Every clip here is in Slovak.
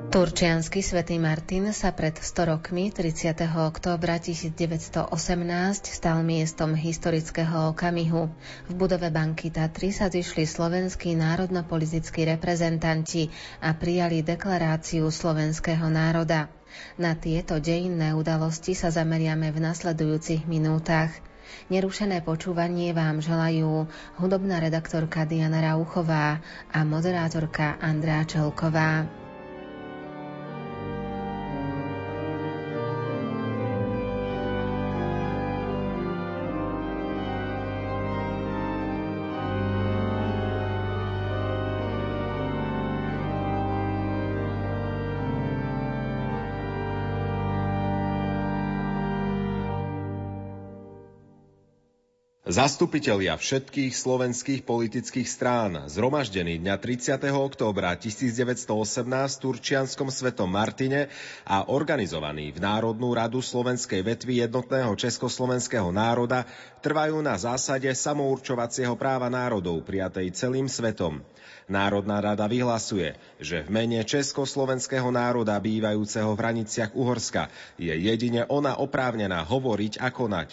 Turčiansky svätý Martin sa pred 100 rokmi, 30. októbra 1918, stal miestom historického okamihu. V budove Banky Tatry sa zišli slovenskí národno-politickí reprezentanti a prijali deklaráciu slovenského národa. Na tieto dejinné udalosti sa zameriame v nasledujúcich minútach. Nerušené počúvanie vám želajú hudobná redaktorka Diana Rauchová a moderátorka Andrea Čelková. Zastupitelia všetkých slovenských politických strán, zhromaždení dňa 30. októbra 1918 v Turčianskom Svetom Martine a organizovaní v Národnú radu slovenskej vetvy jednotného československého národa, trvajú na zásade samourčovacieho práva národov prijatej celým svetom. Národná rada vyhlasuje, že v mene československého národa bývajúceho v hraniciach Uhorska je jedine ona oprávnená hovoriť a konať.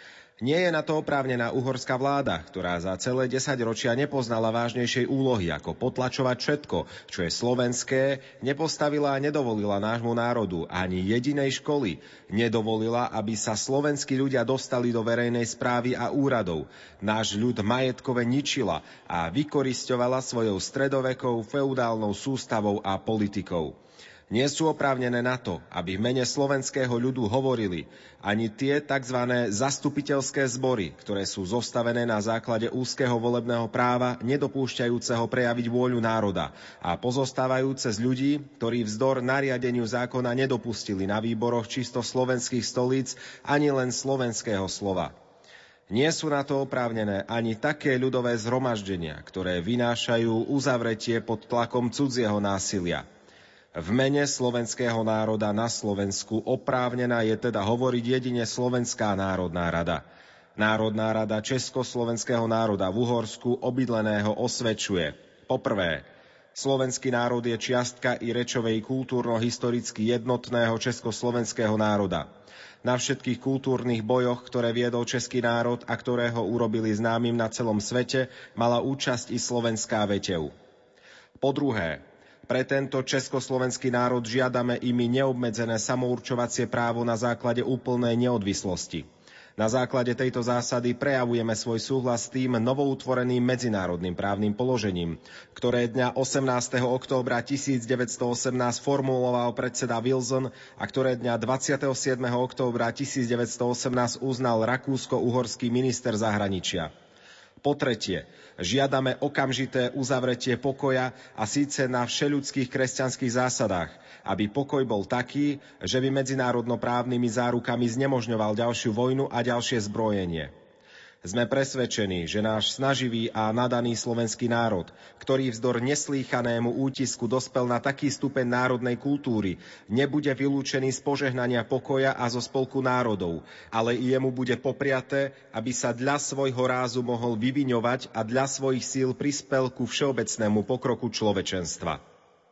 Nie je na to oprávnená uhorská vláda, ktorá za celé 10 ročia nepoznala vážnejšej úlohy ako potlačovať všetko, čo je slovenské, nepostavila a nedovolila nášmu národu ani jedinej školy, nedovolila, aby sa slovenskí ľudia dostali do verejnej správy a úradov, náš ľud majetkove ničila a vykorisťovala svojou stredovekou feudálnou sústavou a politikou. Nie sú oprávnené na to, aby v mene slovenského ľudu hovorili ani tie tzv. Zastupiteľské zbory, ktoré sú zostavené na základe úzkeho volebného práva, nedopúšťajúceho prejaviť vôľu národa a pozostávajúce z ľudí, ktorí vzdor nariadeniu zákona nedopustili na výboroch čisto slovenských stolíc ani len slovenského slova. Nie sú na to oprávnené ani také ľudové zhromaždenia, ktoré vynášajú uzavretie pod tlakom cudzieho násilia. V mene slovenského národa na Slovensku oprávnená je teda hovoriť jedine Slovenská národná rada. Národná rada Československého národa v Uhorsku obydleného osvedčuje: poprvé, slovenský národ je čiastka i rečovej kultúrno-historicky jednotného československého národa. Na všetkých kultúrnych bojoch, ktoré viedol český národ a ktorého urobili známym na celom svete, mala účasť i slovenská vetev. Po druhé, pre tento československý národ žiadame i my neobmedzené samourčovacie právo na základe úplnej neodvislosti. Na základe tejto zásady prejavujeme svoj súhlas s tým novoutvoreným medzinárodným právnym položením, ktoré dňa 18. októbra 1918 formuloval predseda Wilson a ktoré dňa 27. októbra 1918 uznal rakúsko-uhorský minister zahraničia. Po tretie, žiadame okamžité uzavretie pokoja a síce na všeľudských kresťanských zásadách, aby pokoj bol taký, že by medzinárodnoprávnymi zárukami znemožňoval ďalšiu vojnu a ďalšie zbrojenie. Sme presvedčení, že náš snaživý a nadaný slovenský národ, ktorý vzdor neslýchanému útisku dospel na taký stupeň národnej kultúry, nebude vylúčený z požehnania pokoja a zo spolku národov, ale i jemu bude popriaté, aby sa dla svojho rázu mohol vyviňovať a dla svojich síl prispel ku všeobecnému pokroku človečenstva.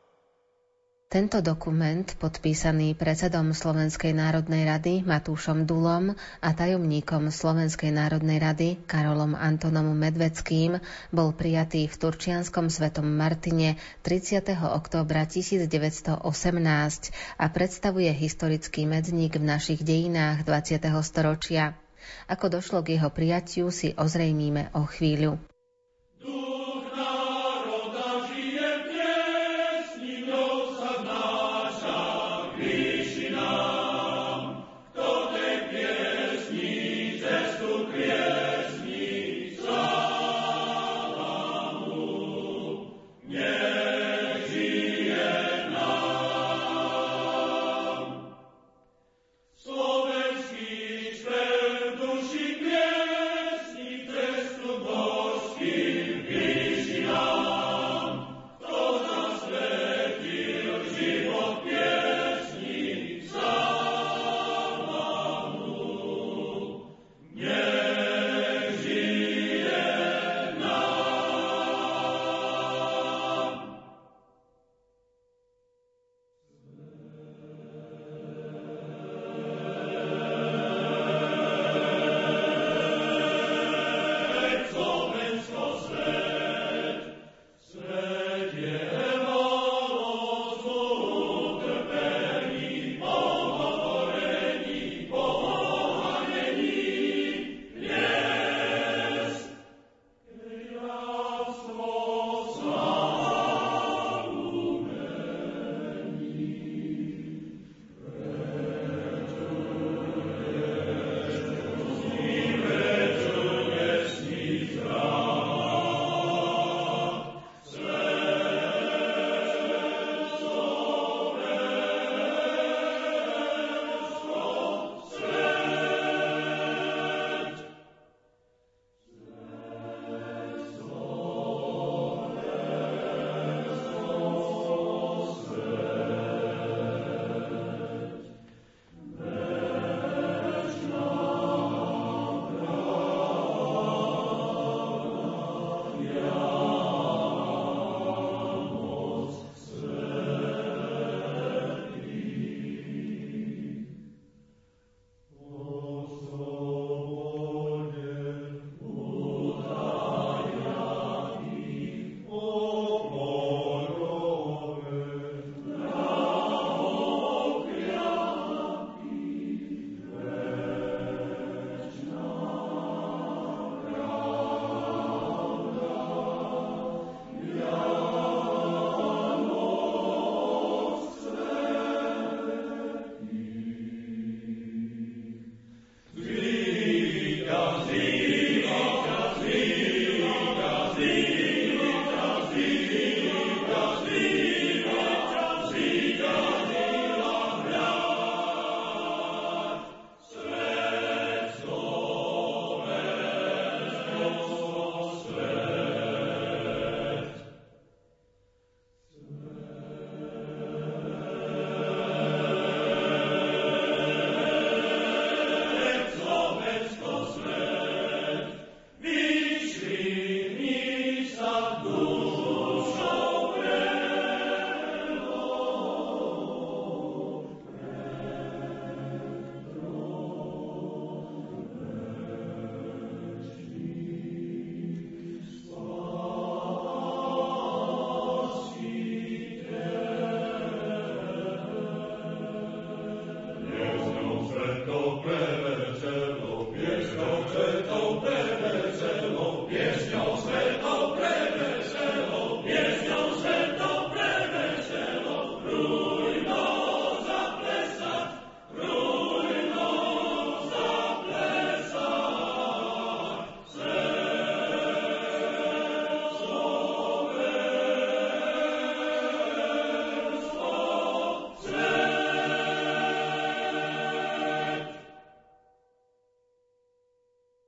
Tento dokument, podpísaný predsedom Slovenskej národnej rady Matúšom Dulom a tajomníkom Slovenskej národnej rady Karolom Antonom Medveckým, bol prijatý v Turčianskom Svetom Martine 30. októbra 1918 a predstavuje historický medzník v našich dejinách 20. storočia. Ako došlo k jeho prijatiu, si ozrejmíme o chvíľu. Slovenský špev duši piesni, cestu Božku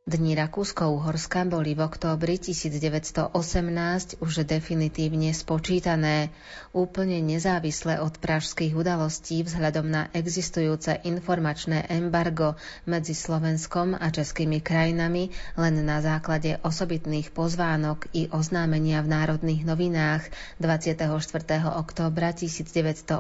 Dni Rakúsko-Uhorska boli v októbri 1918 už definitívne spočítané, úplne nezávisle od pražských udalostí vzhľadom na existujúce informačné embargo medzi Slovenskom a českými krajinami len na základe osobitných pozvánok i oznámenia v Národných novinách 24. októbra 1918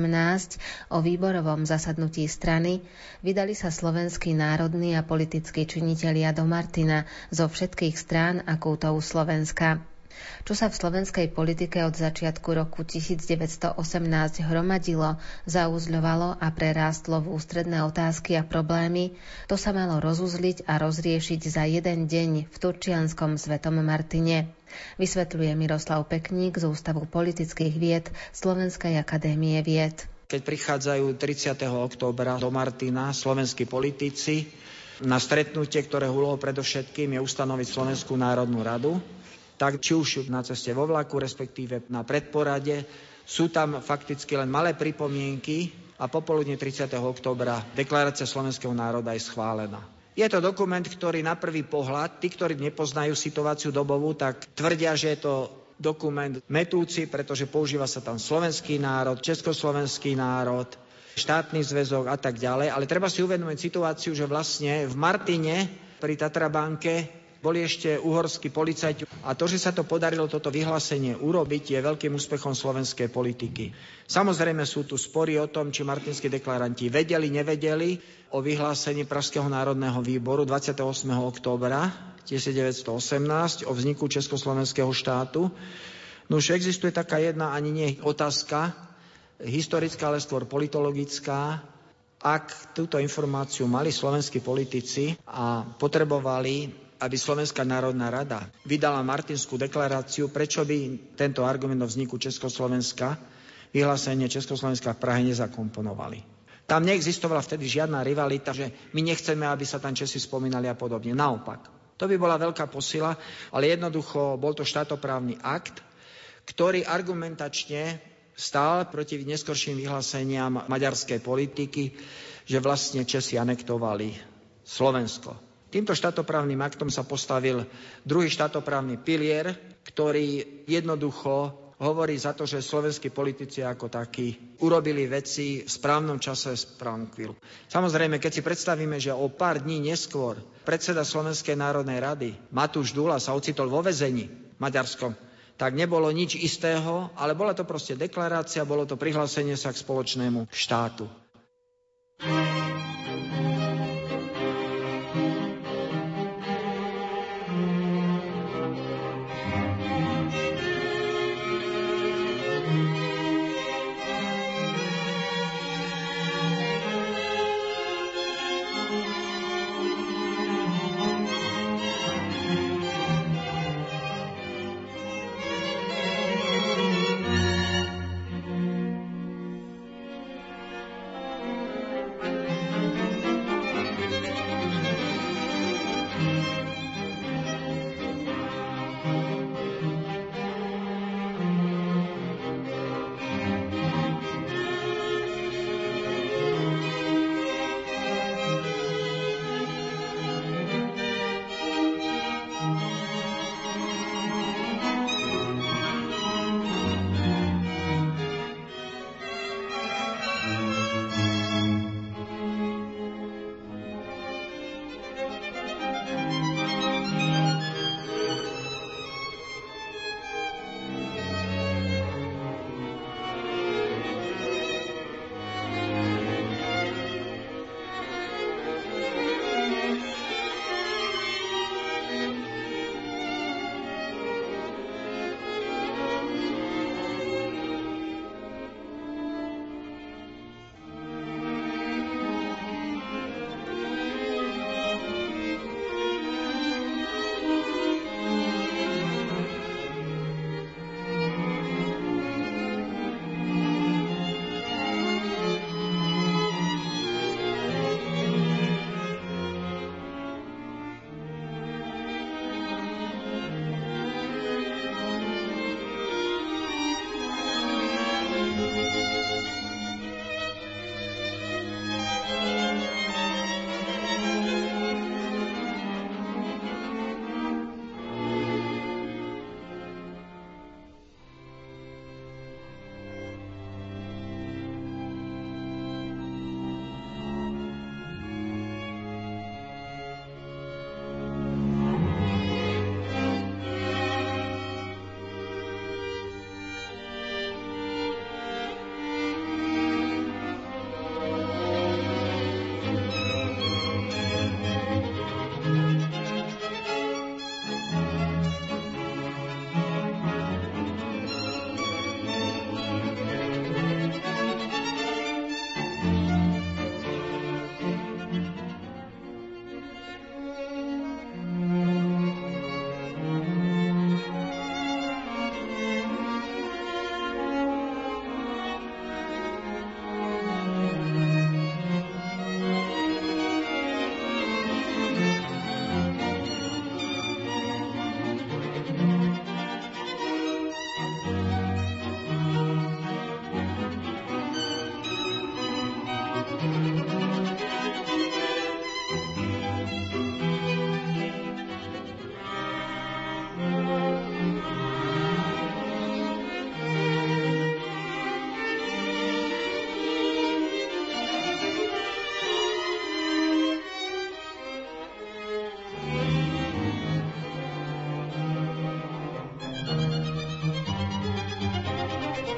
o výborovom zasadnutí strany vydali sa slovenskí národní a politickí činitelia do Martina zo všetkých strán a kútov Slovenska. Čo sa v slovenskej politike od začiatku roku 1918 hromadilo, zauzľovalo a prerástlo v ústredné otázky a problémy, to sa malo rozuzliť a rozriešiť za jeden deň v turčianskom Svetom Martine. Vysvetľuje Miroslav Pekník z Ústavu politických vied Slovenskej akadémie vied. Keď prichádzajú 30. októbra do Martina slovenskí politici, na stretnutie, ktoré úlohou predovšetkým je ustanoviť Slovenskú národnú radu, tak či už na ceste vo vlaku, respektíve na predporade, sú tam fakticky len malé pripomienky a popoludne 30. októbra deklarácia slovenského národa je schválená. Je to dokument, ktorý na prvý pohľad, tí, ktorí nepoznajú situáciu dobovú, tak tvrdia, že je to dokument metúci, pretože používa sa tam slovenský národ, československý národ, štátny zväzok a tak ďalej, ale treba si uvedomiť situáciu, že vlastne v Martine pri Tatrabánke boli ešte uhorskí policajti a to, že sa to podarilo toto vyhlásenie urobiť, je veľkým úspechom slovenskej politiky. Samozrejme sú tu spory o tom, či martinskí deklaranti vedeli, nevedeli o vyhlásení Pražského národného výboru 28. októbra 1918 o vzniku Československého štátu. No už existuje taká jedna ani nie otázka, historická, ale skôr politologická. Ak túto informáciu mali slovenskí politici a potrebovali, aby Slovenská národná rada vydala Martinskú deklaráciu, prečo by tento argument o vzniku Československa, vyhlásenie Československa v Prahe nezakomponovali? Tam neexistovala vtedy žiadna rivalita, že my nechceme, aby sa tam Česi spomínali a podobne. Naopak, to by bola veľká posila, ale jednoducho bol to štátoprávny akt, ktorý argumentačne stál proti neskorším vyhláseniam maďarskej politiky, že vlastne Česi anektovali Slovensko. Týmto štátoprávnym aktom sa postavil druhý štátoprávny pilier, ktorý jednoducho hovorí za to, že slovenskí politici ako takí urobili veci v správnom čase, v správnu chvíľu. Samozrejme, keď si predstavíme, že o pár dní neskôr predseda Slovenskej národnej rady Matúš Dula sa ocitol vo väzení maďarskom, tak nebolo nič istého, ale bola to proste deklarácia, bolo to prihlásenie sa k spoločnému štátu.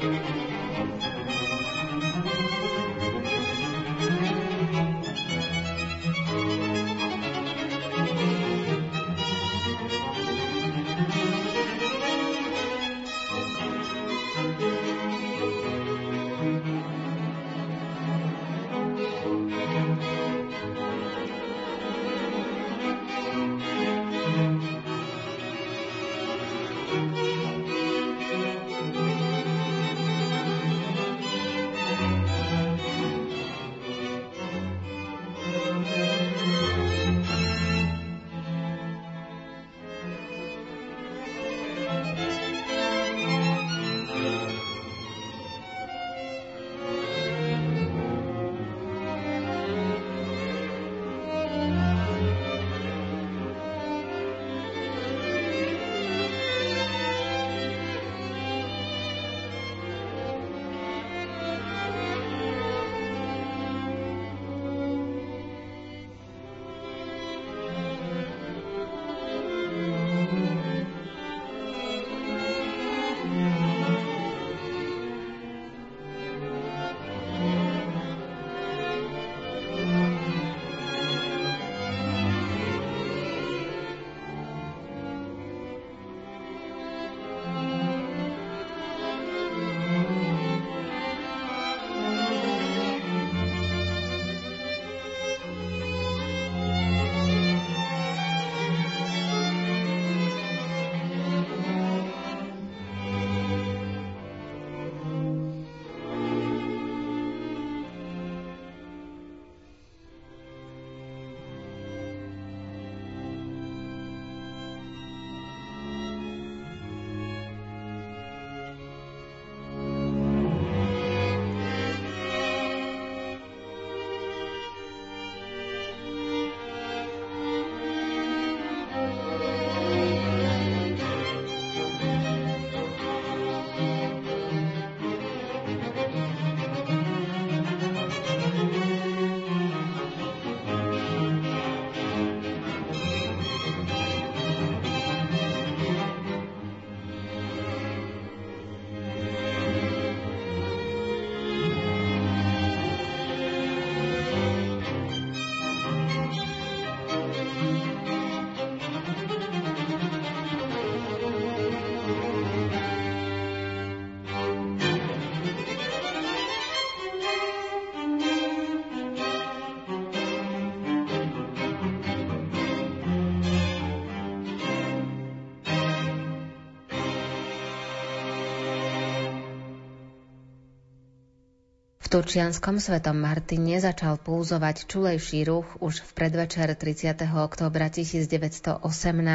V Turčianskom Svetom Martine začal pulzovať čulejší ruch už v predvečer 30. októbra 1918.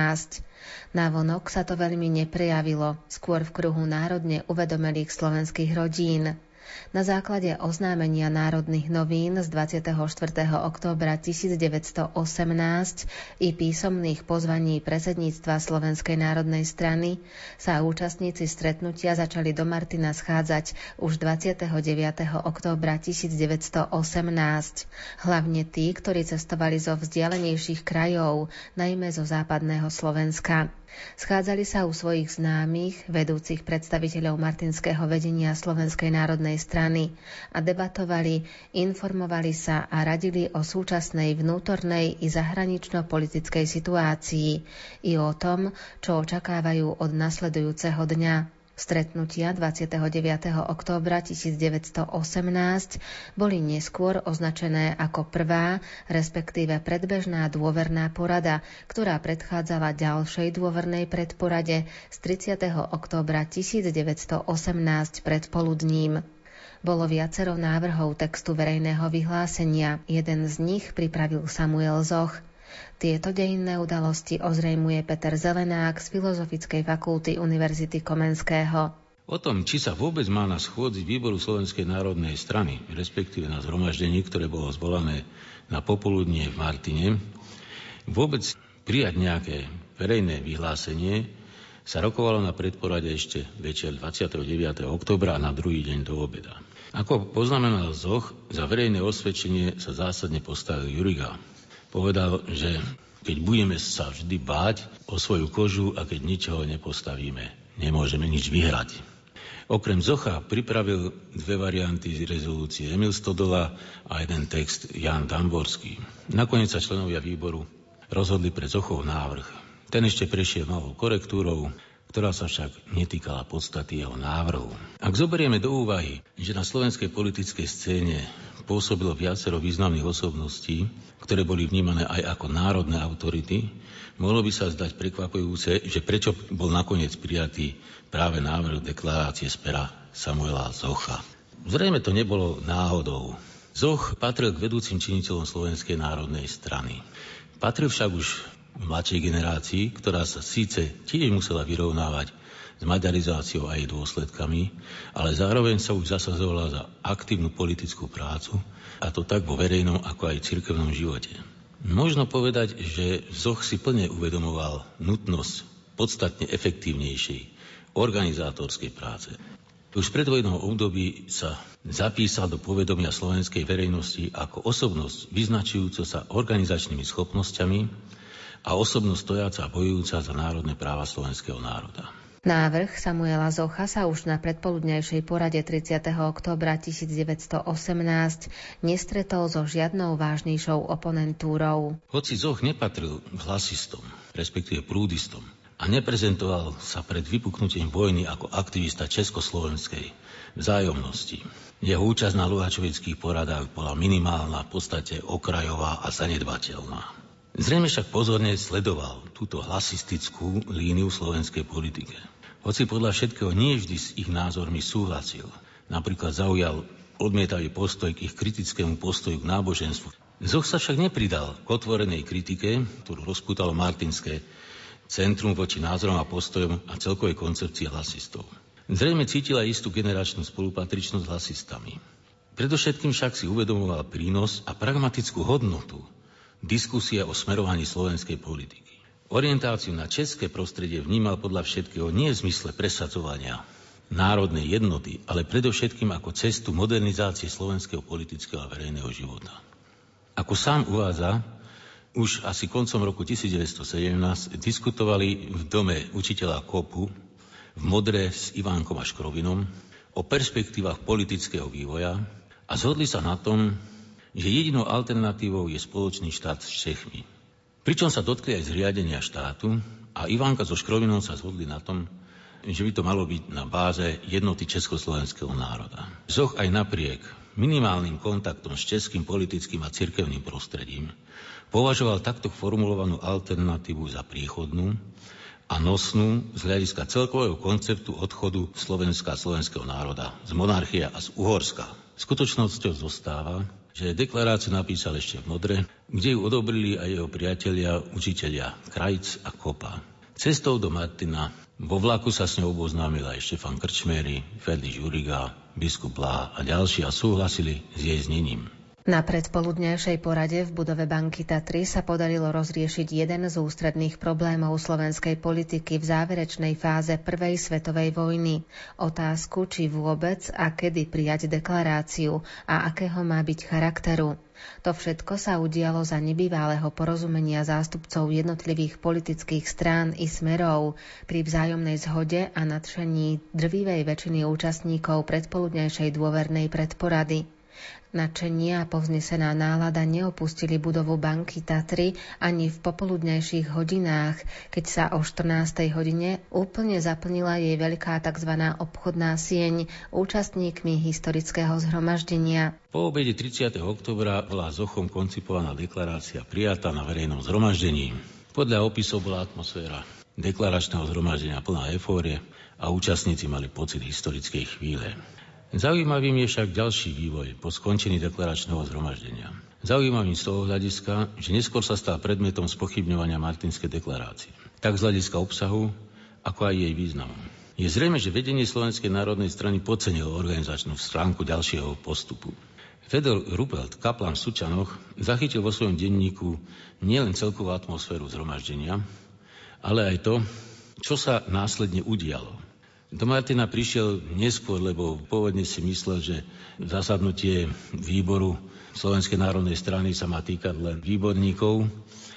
Navonok sa to veľmi neprejavilo, skôr v kruhu národne uvedomelých slovenských rodín. Na základe oznámenia Národných novín z 24. októbra 1918 i písomných pozvaní predsedníctva Slovenskej národnej strany sa účastníci stretnutia začali do Martina schádzať už 29. októbra 1918. Hlavne tí, ktorí cestovali zo vzdialenejších krajov, najmä zo západného Slovenska. Schádzali sa u svojich známych, vedúcich predstaviteľov martinského vedenia Slovenskej národnej strany a debatovali, informovali sa a radili o súčasnej vnútornej i zahranično-politickej situácii i o tom, čo očakávajú od nasledujúceho dňa. Stretnutia 29. októbra 1918 boli neskôr označené ako prvá, respektíve predbežná dôverná porada, ktorá predchádzala ďalšej dôvernej predporade z 30. októbra 1918 predpoludním. Bolo viacero návrhov textu verejného vyhlásenia, jeden z nich pripravil Samuel Zoch. Tieto dejinné udalosti ozrejmuje Peter Zelenák z Filozofickej fakulty Univerzity Komenského. O tom, či sa vôbec má na schôdzi výboru Slovenskej národnej strany, respektíve na zhromaždení, ktoré bolo zvolané na popoludnie v Martine, vôbec prijať nejaké verejné vyhlásenie, sa rokovalo na predporade ešte večer 29. októbra a na druhý deň do obeda. Ako poznamenal Zoch, za verejné osvedčenie sa zásadne postavil Juriga. Povedal, že keď budeme sa vždy báť o svoju kožu a keď ničoho nepostavíme, nemôžeme nič vyhrať. Okrem Zocha pripravil 2 varianty z rezolúcie Emil Stodola a jeden text Jan Tamborský. Nakoniec sa členovia výboru rozhodli pre Zochov návrh. Ten ešte prešiel malou korektúrou, ktorá sa však netýkala podstaty jeho návrhu. Ak zoberieme do úvahy, že na slovenskej politickej scéne pôsobilo viacero významných osobností, ktoré boli vnímané aj ako národné autority, mohlo by sa zdať prekvapujúce, že prečo bol nakoniec prijatý práve návrh deklarácie z pera Samuela Zocha. Zrejme to nebolo náhodou. Zoch patril k vedúcim činiteľom Slovenskej národnej strany. Patril však už v mladšej generácii, ktorá sa síce tiež musela vyrovnávať s maďarizáciou a jej dôsledkami, ale zároveň sa už zasadzovala za aktívnu politickú prácu, a to tak vo verejnom, ako aj cirkevnom živote. Možno povedať, že Zoch si plne uvedomoval nutnosť podstatne efektívnejšej organizátorskej práce. Už v predvojnom období sa zapísal do povedomia slovenskej verejnosti ako osobnosť vyznačujúca sa organizačnými schopnosťami a osobnosť stojáca a bojujúca za národné práva slovenského národa. Návrh Samuela Zocha sa už na predpoludňajšej porade 30. októbra 1918 nestretol so žiadnou vážnejšou oponentúrou. Hoci Zoch nepatril k hlasistom, respektíve prúdistom, a neprezentoval sa pred vypuknutím vojny ako aktivista československej vzájomnosti. Jeho účasť na Luhačovických poradách bola minimálna, v podstate okrajová a zanedbateľná. Zrejme však pozorne sledoval túto hlasistickú líniu slovenskej politike. Hoci podľa všetkého nie vždy s ich názormi súhlasil. Napríklad zaujal odmietavý postoj k ich kritickému postoju k náboženstvu. Zoch sa však nepridal k otvorenej kritike, ktorú rozpútalo Martinské centrum voči názorom a postojom a celkovej koncepcii hlasistov. Zrejme cítila istú generačnú spolupatričnosť s hlasistami. Predovšetkým však si uvedomoval prínos a pragmatickú hodnotu diskusie o smerovaní slovenskej politiky. Orientáciu na české prostredie vnímal podľa všetkého nie v zmysle presadzovania národnej jednoty, ale predovšetkým ako cestu modernizácie slovenského politického a verejného života. Ako sám uvádza, už asi koncom roku 1917 diskutovali v dome učiteľa Kopu v Modre s Ivánkom a Škrovinom o perspektívach politického vývoja a zhodli sa na tom, že jedinou alternatívou je spoločný štát s Čechmi. Pričom sa dotkli aj zriadenia štátu a Ivánka so Škrovinom sa zhodli na tom, že by to malo byť na báze jednoty československého národa. Zoch aj napriek minimálnym kontaktom s českým politickým a cirkevným prostredím považoval takto formulovanú alternatívu za príchodnú a nosnú z hľadiska celkového konceptu odchodu Slovenska a slovenského národa z monarchie a z Uhorska. Skutočnosťou zostáva, že deklaráciu napísal ešte v Modre, kde ju odobrili aj jeho priatelia, učitelia Krajc a Kopa. Cestou do Martina vo vlaku sa s ňou oboznámil aj Štefan Krčméry, Ferdiš Juriga, biskup Blá a ďalší a súhlasili s jej znením. Na predpoludňajšej porade v budove banky Tatry sa podarilo rozriešiť jeden z ústredných problémov slovenskej politiky v záverečnej fáze Prvej svetovej vojny. Otázku, či vôbec a kedy prijať deklaráciu a akého má byť charakteru. To všetko sa udialo za nebývalého porozumenia zástupcov jednotlivých politických strán i smerov pri vzájomnej zhode a nadšení drvivej väčšiny účastníkov predpoludňajšej dôvernej predporady. Nadšenie a povznesená nálada neopustili budovu banky Tatry ani v popoludňajších hodinách, keď sa o 14. hodine úplne zaplnila jej veľká tzv. Obchodná sieň účastníkmi historického zhromaždenia. Po obede 30. októbra bola Zochom koncipovaná deklarácia prijatá na verejnom zhromaždení. Podľa opisov bola atmosféra deklaračného zhromaždenia plná eufórie a účastníci mali pocit historickej chvíle. Zaujímavým je však ďalší vývoj po skončení deklaračného zhromaždenia. Zaujímavým z toho hľadiska, že neskôr sa stal predmetom spochybňovania Martinskej deklarácie. Tak z hľadiska obsahu, ako aj jej významu. Je zrejme, že vedenie Slovenskej národnej strany podcenilo organizačnú stránku ďalšieho postupu. Fedor Ruppelt, kaplan v Sučanoch, zachytil vo svojom denníku nielen celkovú atmosféru zhromaždenia, ale aj to, čo sa následne udialo. Do Martina prišiel neskôr, lebo pôvodne si myslel, že zasadnutie výboru Slovenskej národnej strany sa má týkať len výborníkov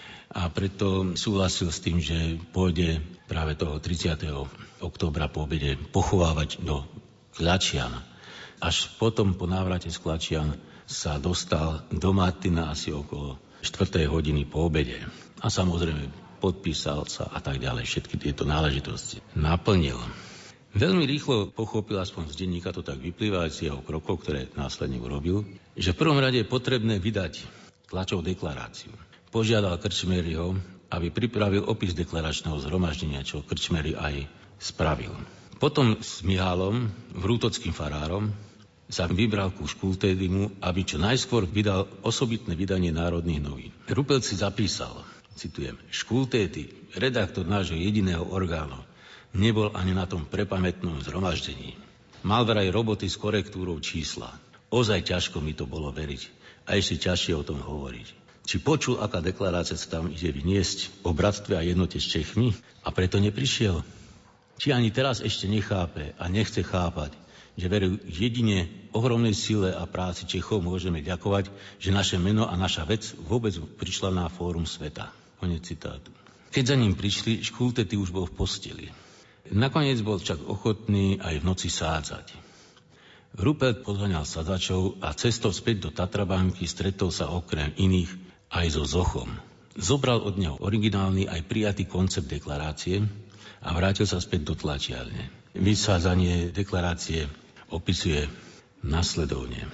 a preto súhlasil s tým, že pôjde práve toho 30. októbra po obede pochovávať do Kľačian. Až potom po návrate z Kľačian sa dostal do Martina asi okolo 4. hodiny po obede. A samozrejme podpísal sa a tak ďalej. Všetky tieto náležitosti naplnil. Veľmi rýchlo pochopil, aspoň z denníka to tak vyplýva z jeho krokov, ktoré následne urobil, že v prvom rade je potrebné vydať tlačovú deklaráciu. Požiadal Krčméryho, aby pripravil opis deklaračného zhromaždenia, čo Krčméry aj spravil. Potom s Mihálom, vrútockým farárom, sa vybral ku Škultédimu, aby čo najskôr vydal osobitné vydanie Národných novín. Rupelt si zapísal, citujem, Škultéty, redaktor nášho jediného orgánu, nebol ani na tom prepamätnom zhromaždení. Mal vraj roboty s korektúrou čísla. Ozaj ťažko mi to bolo veriť a ešte ťažšie o tom hovoriť. Či počul, aká deklarácia sa tam ide vyniesť o bratstve a jednote s Čechmi a preto neprišiel? Či ani teraz ešte nechápe a nechce chápať, že veru jedine ohromnej sile a práci Čechov môžeme ďakovať, že naše meno a naša vec vôbec prišla na fórum sveta. Konec citátu. Keď za ním prišli, Škultéty už bol v posteli. Nakoniec bol však ochotný aj v noci sádzať. Rupelt pozvaňal sadzačov a cestou späť do Tatrabanky stretol sa okrem iných aj so Zochom. Zobral od neho originálny aj prijatý koncept deklarácie a vrátil sa späť do tlačiarne. Vysádzanie deklarácie opisuje nasledovne.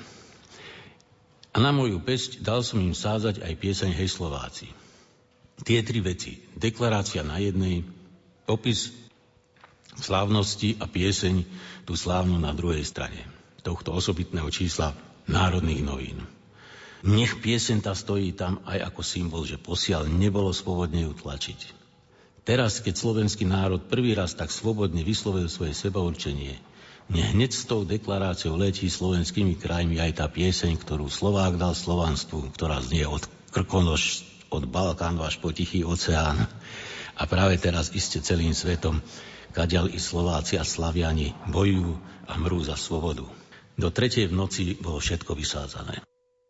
A na moju pesť dal som im sádzať aj pieseň Hej Slováci. Tie tri veci, deklarácia na jednej, opis slávnosti a pieseň tú slávnu na druhej strane tohto osobitného čísla Národných novín. Nech pieseň tá stojí tam aj ako symbol, že posiaľ nebolo svobodne ju tlačiť. Teraz, keď slovenský národ prvý raz tak svobodne vyslovil svoje sebaurčenie, hneď s tou deklaráciou letí slovenskými krajmi aj tá pieseň, ktorú Slovák dal Slovanstvu, ktorá znie od Krkonoš, od Balkánu až po Tichý oceán. A práve teraz iste celým svetom, kadiaľ i Slováci a Slaviani bojujú a mrú za slobodu. Do 3:00 v noci bolo všetko vysádzané.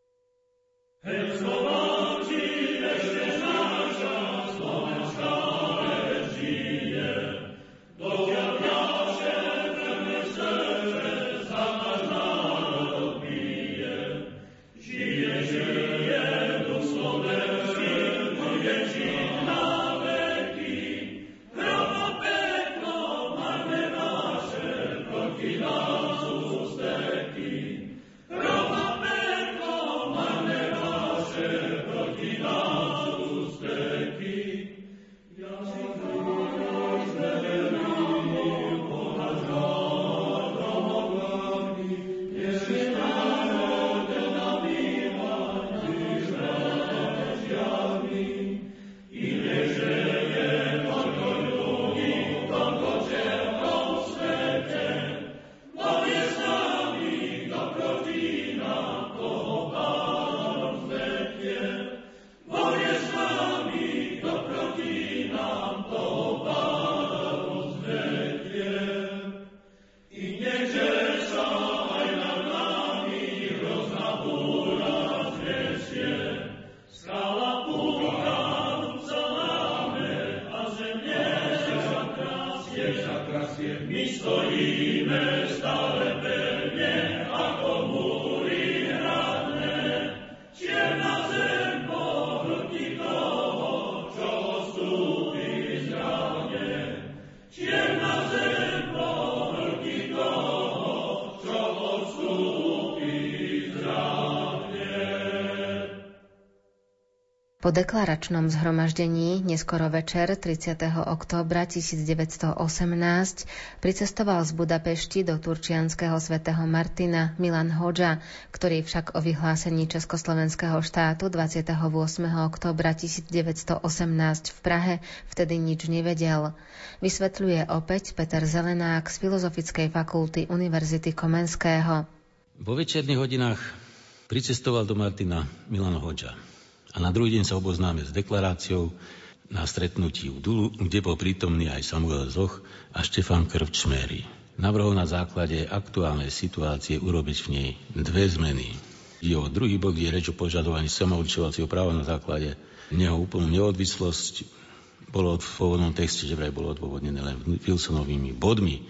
Po deklaračnom zhromaždení neskoro večer 30. októbra 1918 pricestoval z Budapešti do turčianskeho svätého Martina Milan Hodža, ktorý však o vyhlásení Československého štátu 28. októbra 1918 v Prahe vtedy nič nevedel. Vysvetľuje opäť Peter Zelenák z Filozofickej fakulty Univerzity Komenského. Vo večerných hodinách pricestoval do Martina Milan Hodža. A na druhý deň sa oboznáme s deklaráciou na stretnutí u Dulu, kde bol prítomný aj Samuel Zoch a Štefan Krčméry. Navrhol na základe aktuálnej situácie urobiť v nej dve zmeny. Jeho druhý bod je reč o požadovaní samourčovacieho práva na základe neho úplnú neodvislosť. Bolo v pôvodnom texte, že vraj bolo odôvodnené len Wilsonovými bodmi.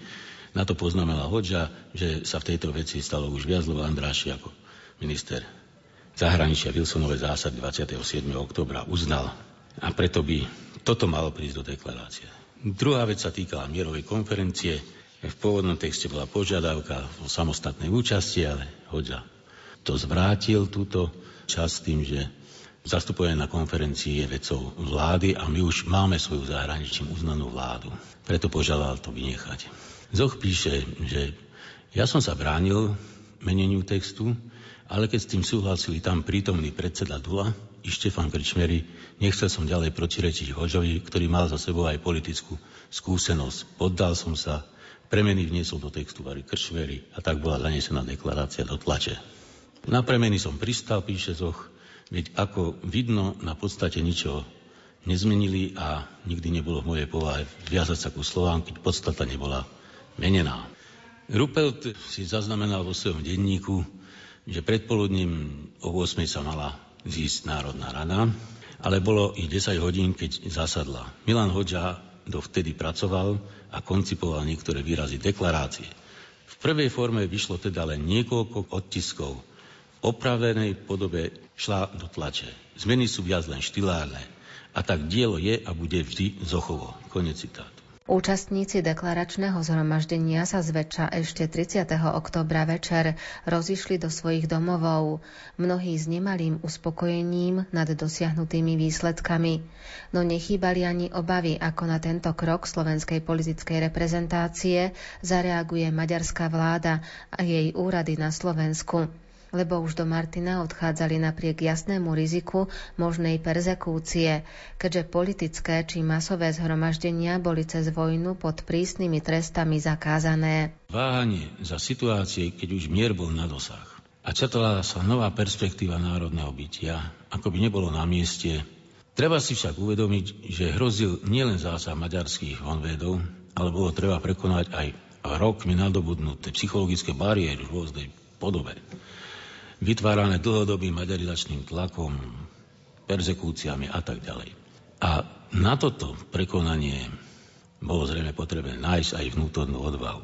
Na to poznamenal Hodža, že sa v tejto veci stalo už viac, lebo Andráši ako minister zahraničia Wilsonové zásady 27. októbra uznal. A preto by toto malo prísť do deklarácie. Druhá vec sa týkala mierovej konferencie. V pôvodnom texte bola požiadavka o samostatnej účasti, ale Hodža to zvrátil túto časť tým, že zastupovanie na konferencii je vecou vlády a my už máme svoju zahraničím uznanú vládu. Preto požiadal to vynechať. Zoch píše, že ja som sa bránil meneniu textu, ale keď s tým súhlasili tam prítomný predseda Dula i Štefan Krčmery, nechcel som ďalej protirečiť Hodžovi, ktorý mal za sebou aj politickú skúsenosť. Poddal som sa, premeny vniesol do textu Vary Krčmery a tak bola zanesená deklarácia do tlače. Na premeny som pristal, píše Zoch, veď ako vidno, na podstate ničo nezmenili a nikdy nebolo v mojej povahe viazať sa ku slovám, keď podstata nebola menená. Ruppelt si zaznamenal vo svojom denníku, že predpoludním o 8 sa mala zísť Národná rada, ale bolo i 10 hodín, keď zasadla. Milan Hodža dovtedy pracoval a koncipoval niektoré výrazy deklarácie. V prvej forme vyšlo teda len niekoľko odtiskov. V opravenej podobe šla do tlače. Zmeny sú viac len štylárne. A tak dielo je a bude vždy Zochovo. Konec citátu. Účastníci deklaračného zhromaždenia sa zväčša ešte 30. októbra večer rozišli do svojich domovov, mnohí s nemalým uspokojením nad dosiahnutými výsledkami. No nechýbali ani obavy, ako na tento krok slovenskej politickej reprezentácie zareaguje maďarská vláda a jej úrady na Slovensku. Lebo už do Martina odchádzali napriek jasnému riziku možnej perzekúcie, keďže politické či masové zhromaždenia boli cez vojnu pod prísnymi trestami zakázané. Váhanie za situácie, keď už mier bol na dosah a črtala sa nová perspektíva národného bytia, ako by nebolo na mieste. Treba si však uvedomiť, že hrozil nielen zásah maďarských vonvédov, ale bolo treba prekonať aj rokmi nadobudnuté psychologické bariéry v rôznej podobe, vytvárané dlhodobým maďarizačným tlakom, perzekúciami a tak ďalej. A na toto prekonanie bolo zrejme potrebné nájsť aj vnútornú odvahu.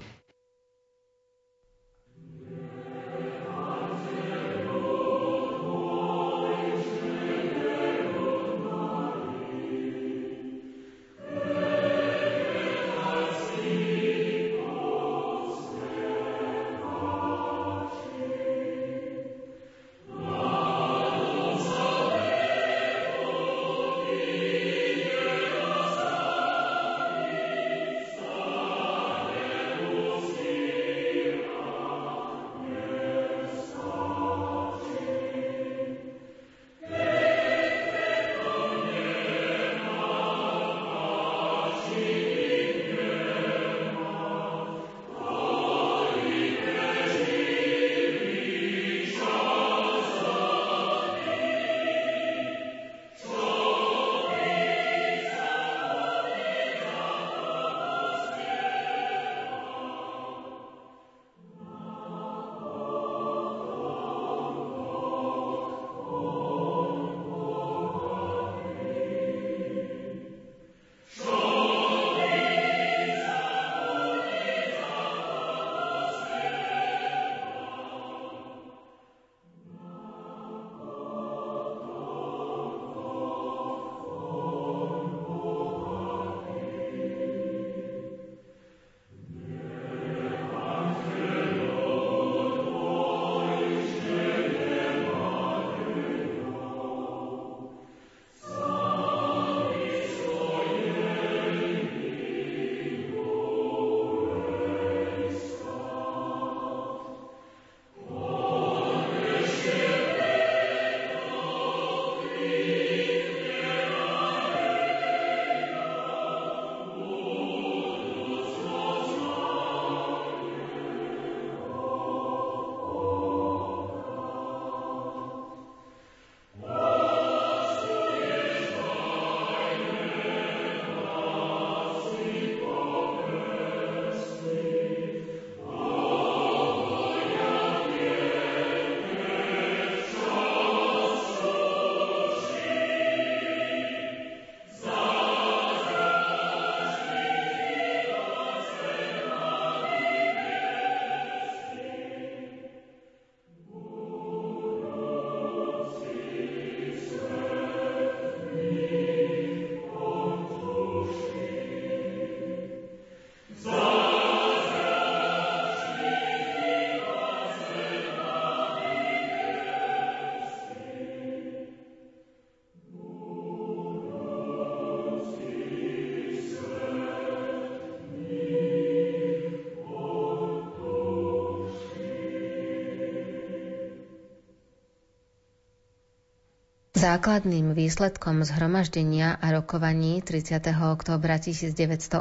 Základným výsledkom zhromaždenia a rokovaní 30. októbra 1918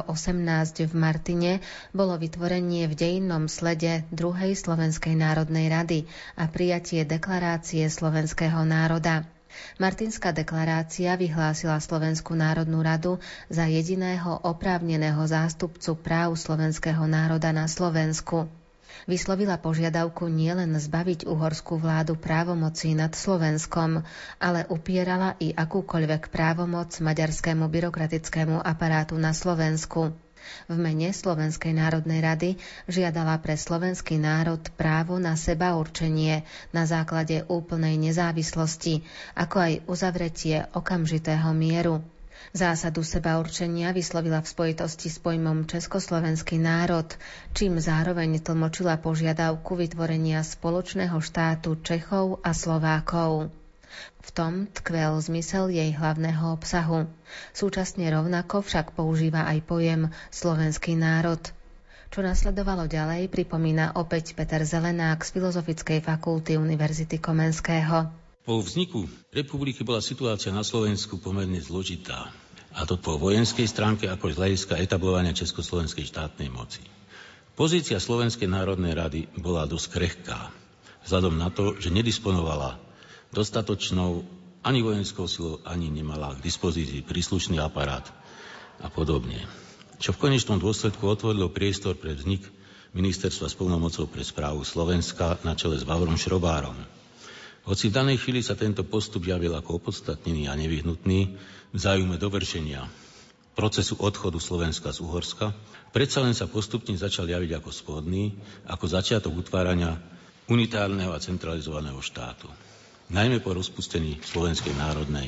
v Martine bolo vytvorenie v dejinnom slede druhej Slovenskej národnej rady a prijatie deklarácie slovenského národa. Martinská deklarácia vyhlásila Slovenskú národnú radu za jediného oprávneného zástupcu práv slovenského národa na Slovensku. Vyslovila požiadavku nielen zbaviť uhorskú vládu právomocí nad Slovenskom, ale upierala i akúkoľvek právomoc maďarskému byrokratickému aparátu na Slovensku. V mene Slovenskej národnej rady žiadala pre slovenský národ právo na sebaurčenie na základe úplnej nezávislosti, ako aj uzavretie okamžitého mieru. Zásadu sebaurčenia vyslovila v spojitosti s pojmom československý národ, čím zároveň tlmočila požiadavku vytvorenia spoločného štátu Čechov a Slovákov. V tom tkvel zmysel jej hlavného obsahu. Súčasne rovnako však používa aj pojem slovenský národ. Čo nasledovalo ďalej, pripomína opäť Peter Zelenák z Filozofickej fakulty Univerzity Komenského. Po vzniku republiky bola situácia na Slovensku pomerne zložitá. A to po vojenskej stránke, ako aj z hľadiska etablovania československej štátnej moci. Pozícia Slovenskej národnej rady bola dosť krehká, vzhľadom na to, že nedisponovala dostatočnou ani vojenskou silou, ani nemala k dispozícii príslušný aparát a podobne. Čo v konečnom dôsledku otvorilo priestor pre vznik ministerstva s plnou mocou pre správu Slovenska na čele s Vavrom Šrobárom. Hoci v danej chvíli sa tento postup javil ako opodstatnený a nevyhnutný v záujme dovršenia procesu odchodu Slovenska z Uhorska, predsa len sa postupne začal javiť ako splodný, ako začiatok utvárania unitárneho a centralizovaného štátu. Najmä po rozpustení Slovenskej národnej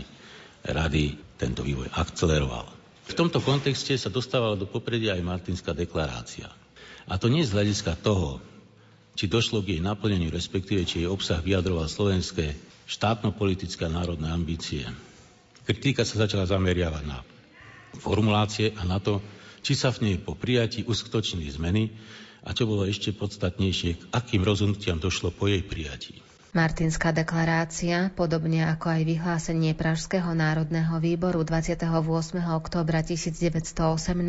rady tento vývoj akceleroval. V tomto kontexte sa dostávala do popredia aj Martinská deklarácia. A to nie z hľadiska toho, či došlo k jej naplneniu, respektíve či jej obsah vyjadroval slovenské štátno-politické a národné ambície. Kritika sa začala zameriavať na formulácie a na to, či sa v nej po prijatí uskutočnili zmeny a čo bolo ešte podstatnejšie, k akým rozhodnutiam došlo po jej prijatí. Martinská deklarácia, podobne ako aj vyhlásenie Pražského národného výboru 28. októbra 1918,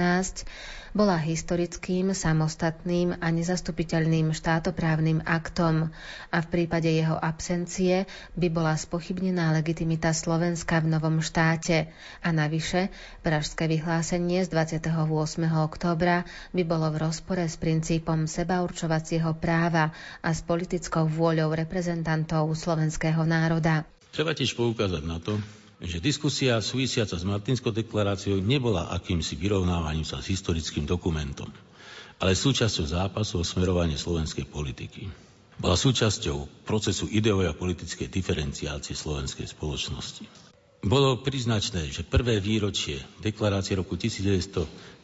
bola historickým, samostatným a nezastupiteľným štátoprávnym aktom a v prípade jeho absencie by bola spochybnená legitimita Slovenska v novom štáte a navyše Pražské vyhlásenie z 28. októbra by bolo v rozpore s princípom sebaurčovacieho práva a s politickou vôľou reprezentantov slovenského národa. Treba tiež poukázať na to, že diskusia súvisiaca s Martinskou deklaráciou nebola akýmsi vyrovnávaním sa s historickým dokumentom, ale súčasťou zápasu o smerovanie slovenskej politiky. Bola súčasťou procesu ideovej a politickej diferenciácie slovenskej spoločnosti. Bolo príznačné, že prvé výročie deklarácie roku 1919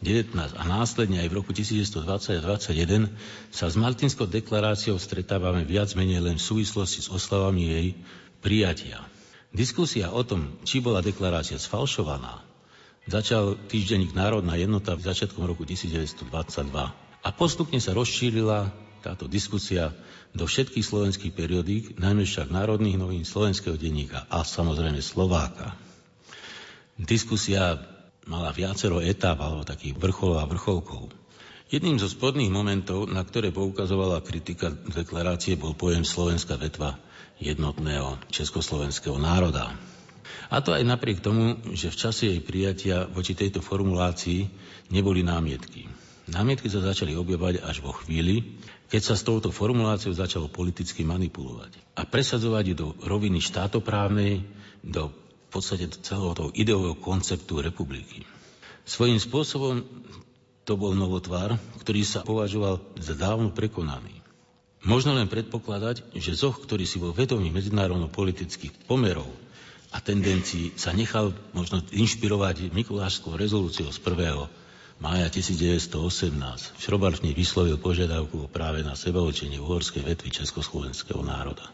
a následne aj v roku 1920 a 1921 sa s Martinskou deklaráciou stretávame viac menej len v súvislosti s oslavami jej prijatia. Diskusia o tom, či bola deklarácia sfalšovaná, začal týždenník Národná jednota v začiatkom roku 1922 a postupne sa rozšírila táto diskusia do všetkých slovenských periodík, najmä však národných novín, slovenského denníka a samozrejme Slováka. Diskusia mala viacero etáp alebo takých vrcholov a vrcholkov. Jedným zo spodných momentov, na ktoré poukazovala kritika deklarácie, bol pojem slovenská vetva jednotného československého národa. A to aj napriek tomu, že v čase jej prijatia voči tejto formulácii neboli námietky. Námietky sa začali objavovať až vo chvíli, keď sa s touto formuláciou začalo politicky manipulovať a presadzovať ju do roviny štátoprávnej, do v podstate celého toho ideového konceptu republiky. Svojím spôsobom to bol novotvar, ktorý sa považoval za dávno prekonaný. Možno len predpokladať, že Zoch, ktorý si vo vedomí medzinárodno-politických pomerov a tendencií sa nechal možno inšpirovať Mikulášskou rezolúciou z 1. mája 1918, Šrobár v nej vyslovil požiadavku práve na sebaurčenie uhorskej vetvy československého národa.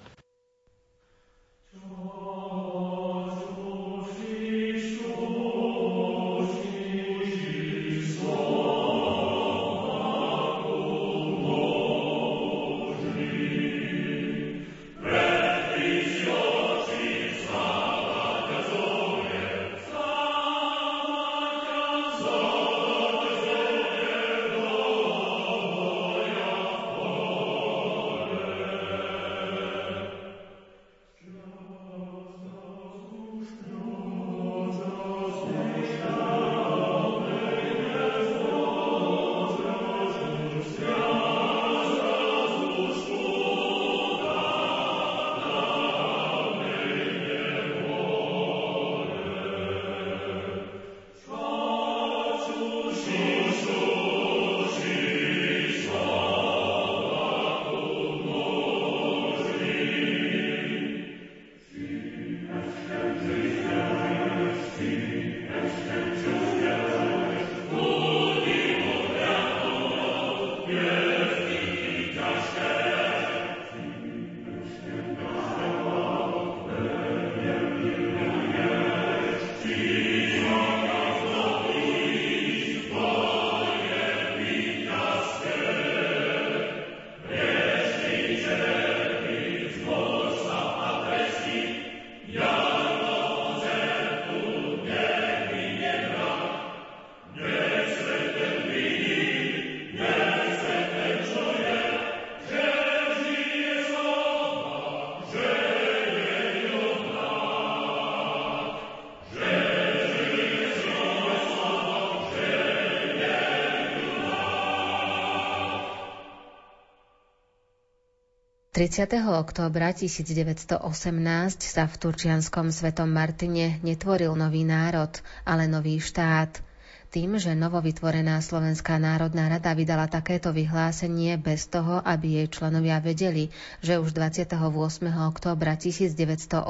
30. októbra 1918 sa v turčianskom Svetom Martine netvoril nový národ, ale nový štát. Tým, že novovytvorená Slovenská národná rada vydala takéto vyhlásenie bez toho, aby jej členovia vedeli, že už 28. októbra 1918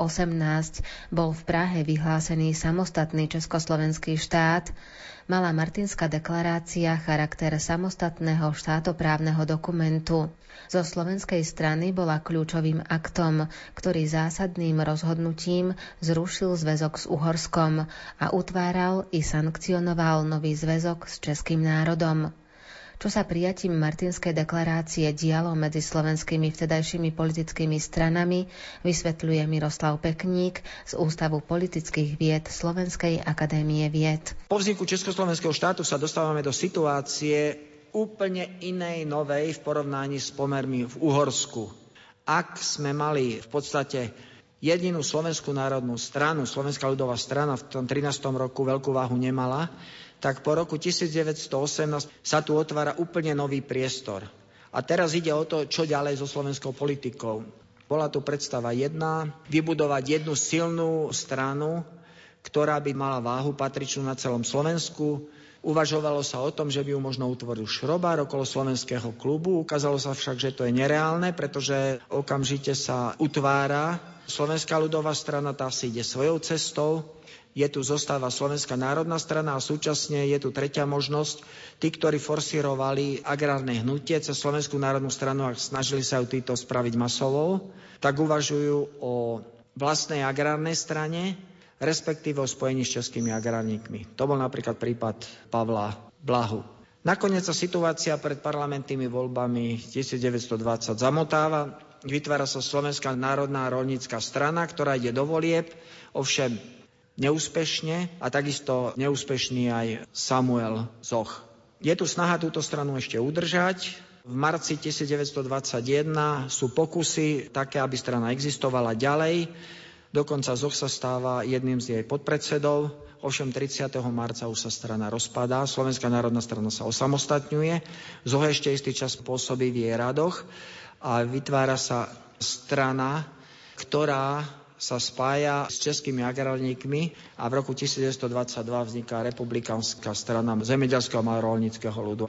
bol v Prahe vyhlásený samostatný československý štát, mala Martinská deklarácia charakter samostatného štátoprávneho dokumentu. Zo slovenskej strany bola kľúčovým aktom, ktorý zásadným rozhodnutím zrušil zväzok s Uhorskom a utváral i sankcionoval nový zväzok s českým národom. Čo sa prijatím Martinskej deklarácie dialo medzi slovenskými vtedajšími politickými stranami, vysvetľuje Miroslav Pekník z Ústavu politických vied Slovenskej akadémie vied. Po vzniku Československého štátu sa dostávame do situácie úplne inej, novej v porovnaní s pomermi v Uhorsku. Ak sme mali v podstate jedinú Slovenskú národnú stranu, Slovenská ľudová strana v tom 13. roku veľkú váhu nemala, tak po roku 1918 sa tu otvára úplne nový priestor. A teraz ide o to, čo ďalej so slovenskou politikou. Bola tu predstava jedna, vybudovať jednu silnú stranu, ktorá by mala váhu patričnú na celom Slovensku. Uvažovalo sa o tom, že by ju možno utvoril Šrobár okolo slovenského klubu. Ukázalo sa však, že to je nereálne, pretože okamžite sa utvára Slovenská ľudová strana, tá si ide svojou cestou. Je tu zostáva Slovenská národná strana a súčasne je tu tretia možnosť. Tí, ktorí forsírovali agrárne hnutie cez Slovenskú národnú stranu a snažili sa ju títo spraviť masovou, tak uvažujú o vlastnej agrárnej strane, respektíve o spojení s českými agrárnikmi. To bol napríklad prípad Pavla Blahu. Nakoniec sa situácia pred parlamentnými voľbami 1920 zamotáva. Vytvára sa Slovenská národná roľnícka strana, ktorá ide do volieb, ovšem neúspešne a takisto neúspešný aj Samuel Zoch. Je tu snaha túto stranu ešte udržať. V marci 1921 sú pokusy také, aby strana existovala ďalej. Dokonca Zoch sa stáva jedným z jej podpredsedov. Ovšem 30. marca už sa strana rozpadá. Slovenská národná strana sa osamostatňuje. Zoch ešte istý čas pôsobí v jej radoch a vytvára sa strana, ktorá sa spája s českými agrárnikmi a v roku 1922 vzniká republikánska strana zemeďelského a roľníckeho ľudu.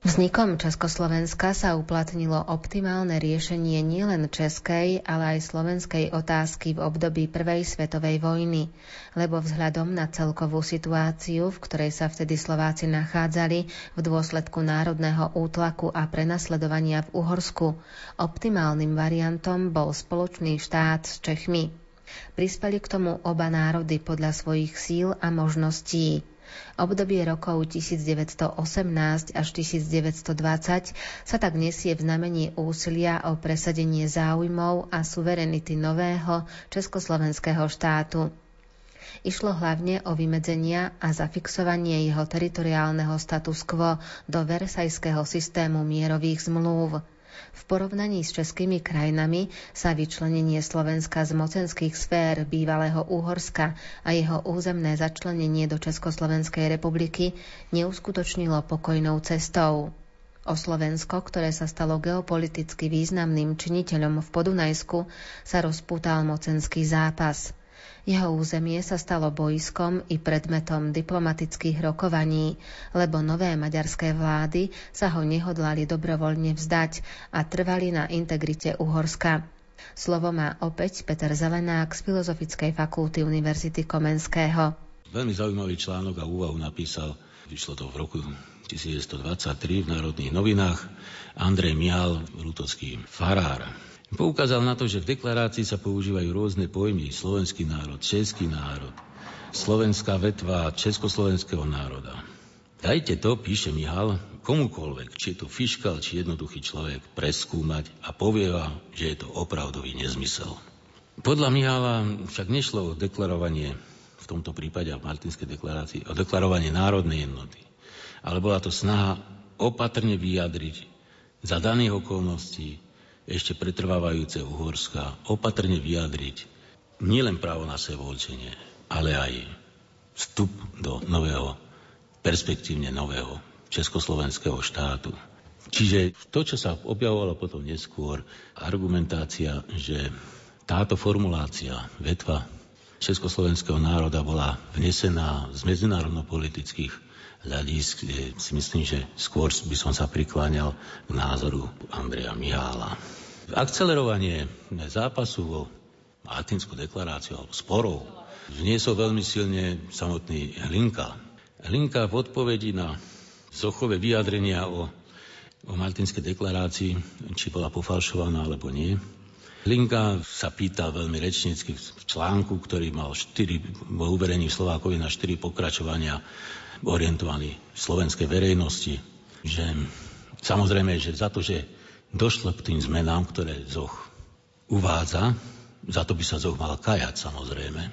Vznikom Československa sa uplatnilo optimálne riešenie nielen českej, ale aj slovenskej otázky v období Prvej svetovej vojny, lebo vzhľadom na celkovú situáciu, v ktorej sa vtedy Slováci nachádzali v dôsledku národného útlaku a prenasledovania v Uhorsku, optimálnym variantom bol spoločný štát s Čechmi. Prispeli k tomu oba národy podľa svojich síl a možností. Obdobie rokov 1918 až 1920 sa tak nesie v znamení úsilia o presadenie záujmov a suverenity nového československého štátu. Išlo hlavne o vymedzenia a zafixovanie jeho teritoriálneho status quo do versajského systému mierových zmlúv. V porovnaní s českými krajinami sa vyčlenenie Slovenska z mocenských sfér bývalého Úhorska a jeho územné začlenenie do Československej republiky neuskutočnilo pokojnou cestou. O Slovensko, ktoré sa stalo geopoliticky významným činiteľom v Podunajsku, sa rozpútal mocenský zápas. Jeho územie sa stalo bojskom i predmetom diplomatických rokovaní, lebo nové maďarské vlády sa ho nehodlali dobrovoľne vzdať a trvali na integrite Uhorska. Slovo má opäť Peter Zelenák z Filozofickej fakulty Univerzity Komenského. Veľmi zaujímavý článok a úvahu napísal, vyšlo to v roku 1923 v Národných novinách, Andrej Mihal, rutovský farár. Poukázal na to, že v deklarácii sa používajú rôzne pojmy: slovenský národ, český národ, slovenská vetva československého národa. Dajte to, píše Mihal, komukoľvek, či je to fiškal, či jednoduchý človek, preskúmať a povie vám, že je to opravdový nezmysel. Podľa Mihala však nešlo o deklarovanie, v tomto prípade v Martinskej deklarácii, o deklarovanie národnej jednoty, ale bola to snaha opatrne vyjadriť za daných okolností ešte pretrvávajúce Uhorska, opatrne vyjadriť nielen právo na sebaurčenie, ale aj vstup do nového, perspektívne nového československého štátu. Čiže to, čo sa objavovalo potom neskôr, argumentácia, že táto formulácia vetva československého národa bola vnesená z medzinárodno-politických hľadisk, kde si myslím, že skôr by som sa prikláňal k názoru Andreja Mihála. Akcelerovanie zápasu vo Martinskú deklaráciu alebo sporov vniesol veľmi silne samotný Hlinka. Hlinka v odpovedi na Zochové vyjadrenia o Martinskej deklarácii, či bola pofalšovaná alebo nie, Hlinka sa pýtal veľmi rečnícky v článku, ktorý mal bol uverený v Slovákovi na 4 pokračovania orientovaný v slovenskej verejnosti, že samozrejme, že za to, že došlo k tým zmenám, ktoré Zoch uvádza, za to by sa Zoch mal kajať, samozrejme.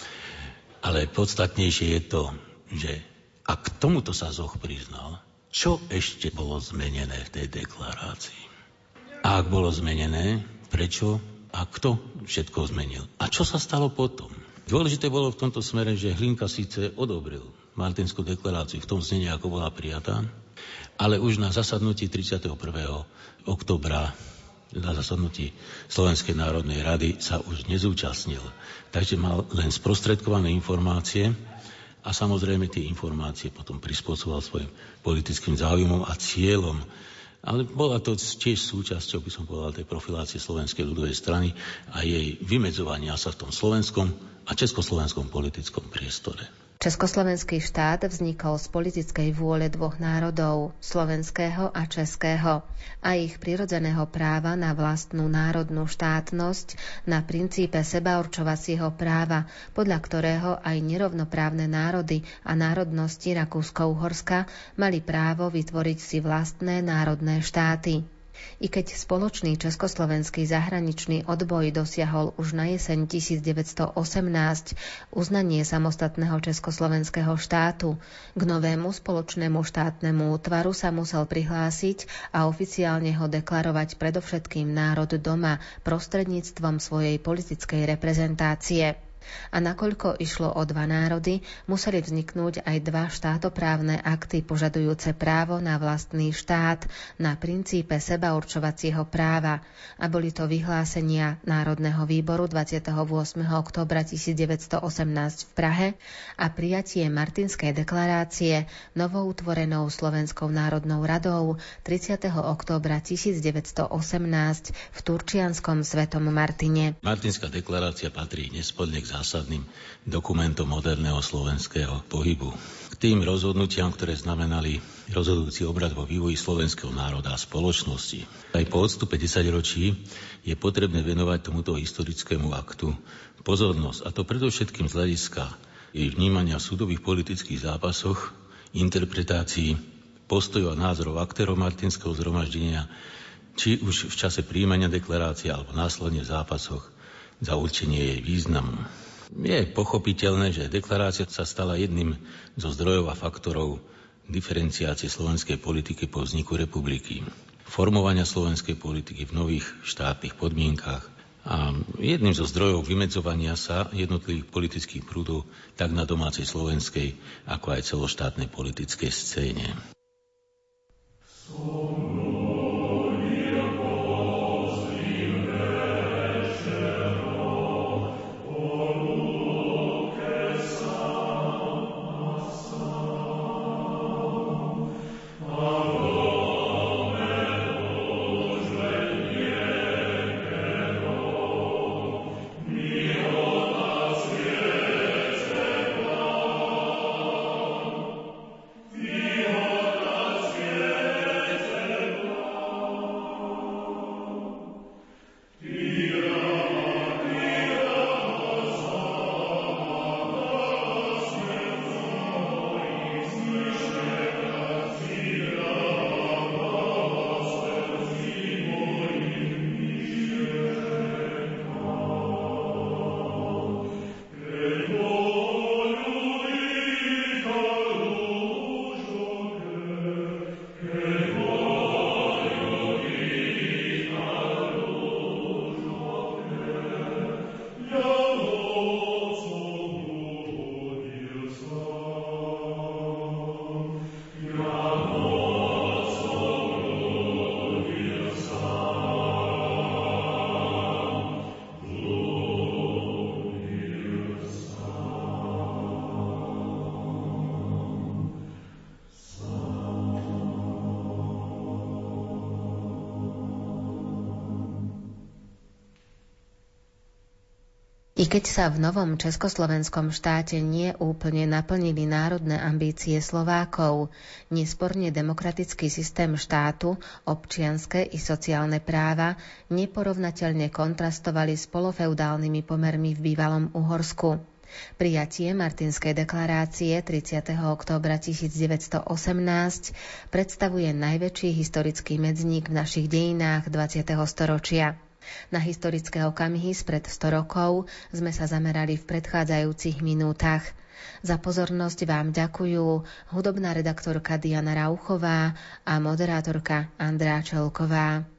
Ale podstatnejšie je to, že ak tomuto sa Zoch priznal, čo ešte bolo zmenené v tej deklarácii? A ak bolo zmenené, prečo a kto všetko zmenil? A čo sa stalo potom? Dôležité bolo v tomto smere, že Hlinka síce odobril Martinskú deklaráciu v tom znení, ako bola prijatá, ale už na zasadnutí 31. októbra, na zasadnutí Slovenskej národnej rady sa už nezúčastnil. Takže mal len sprostredkované informácie a samozrejme tie informácie potom prispôsoboval svojim politickým záujmom a cieľom. Ale bola to tiež súčasťou, by som povedal, tej profilácie Slovenskej ľudovej strany a jej vymedzovania sa v tom slovenskom a československom politickom priestore. Československý štát vznikol z politickej vôle dvoch národov, slovenského a českého, a ich prirodzeného práva na vlastnú národnú štátnosť, na princípe sebaurčovacieho práva, podľa ktorého aj nerovnoprávne národy a národnosti Rakúsko-Uhorska mali právo vytvoriť si vlastné národné štáty. I keď spoločný československý zahraničný odboj dosiahol už na jeseň 1918 uznanie samostatného československého štátu, k novému spoločnému štátnemu útvaru sa musel prihlásiť a oficiálne ho deklarovať predovšetkým národ doma prostredníctvom svojej politickej reprezentácie. A nakoľko išlo o dva národy, museli vzniknúť aj dva štátoprávne akty požadujúce právo na vlastný štát, na princípe sebaurčovacieho práva. A boli to vyhlásenia Národného výboru 28. októbra 1918 v Prahe a prijatie Martinskej deklarácie novoutvorenou Slovenskou národnou radou 30. októbra 1918 v Turčianskom Svetom Martine. Martinská deklarácia patrí nespodne k zásadným dokumentom moderného slovenského pohybu. K tým rozhodnutiam, ktoré znamenali rozhodujúci obrad vo vývoji slovenského národa a spoločnosti. Aj po odstupe 10 ročí je potrebné venovať tomuto historickému aktu pozornosť, a to predovšetkým z hľadiska jej vnímania v súdových politických zápasoch, interpretácií postojov a názorov aktérov Martinského zhromaždenia, či už v čase prijímania deklarácie alebo následne v zápasoch za určenie jej významu. Je pochopiteľné, že deklarácia sa stala jedným zo zdrojov a faktorov diferenciácie slovenskej politiky po vzniku republiky, formovania slovenskej politiky v nových štátnych podmienkach a jedným zo zdrojov vymedzovania sa jednotlivých politických prúdov tak na domácej slovenskej, ako aj celoštátnej politickej scéne. I keď sa v novom československom štáte nie úplne naplnili národné ambície Slovákov, nesporne demokratický systém štátu, občianske i sociálne práva neporovnateľne kontrastovali s polofeudálnymi pomermi v bývalom Uhorsku. Prijatie Martinskej deklarácie 30. októbra 1918 predstavuje najväčší historický medzník v našich dejinách 20. storočia. Na historické okamihy spred 100 rokov sme sa zamerali v predchádzajúcich minútach. Za pozornosť vám ďakujú hudobná redaktorka Diana Rauchová a moderátorka Andrea Čelková.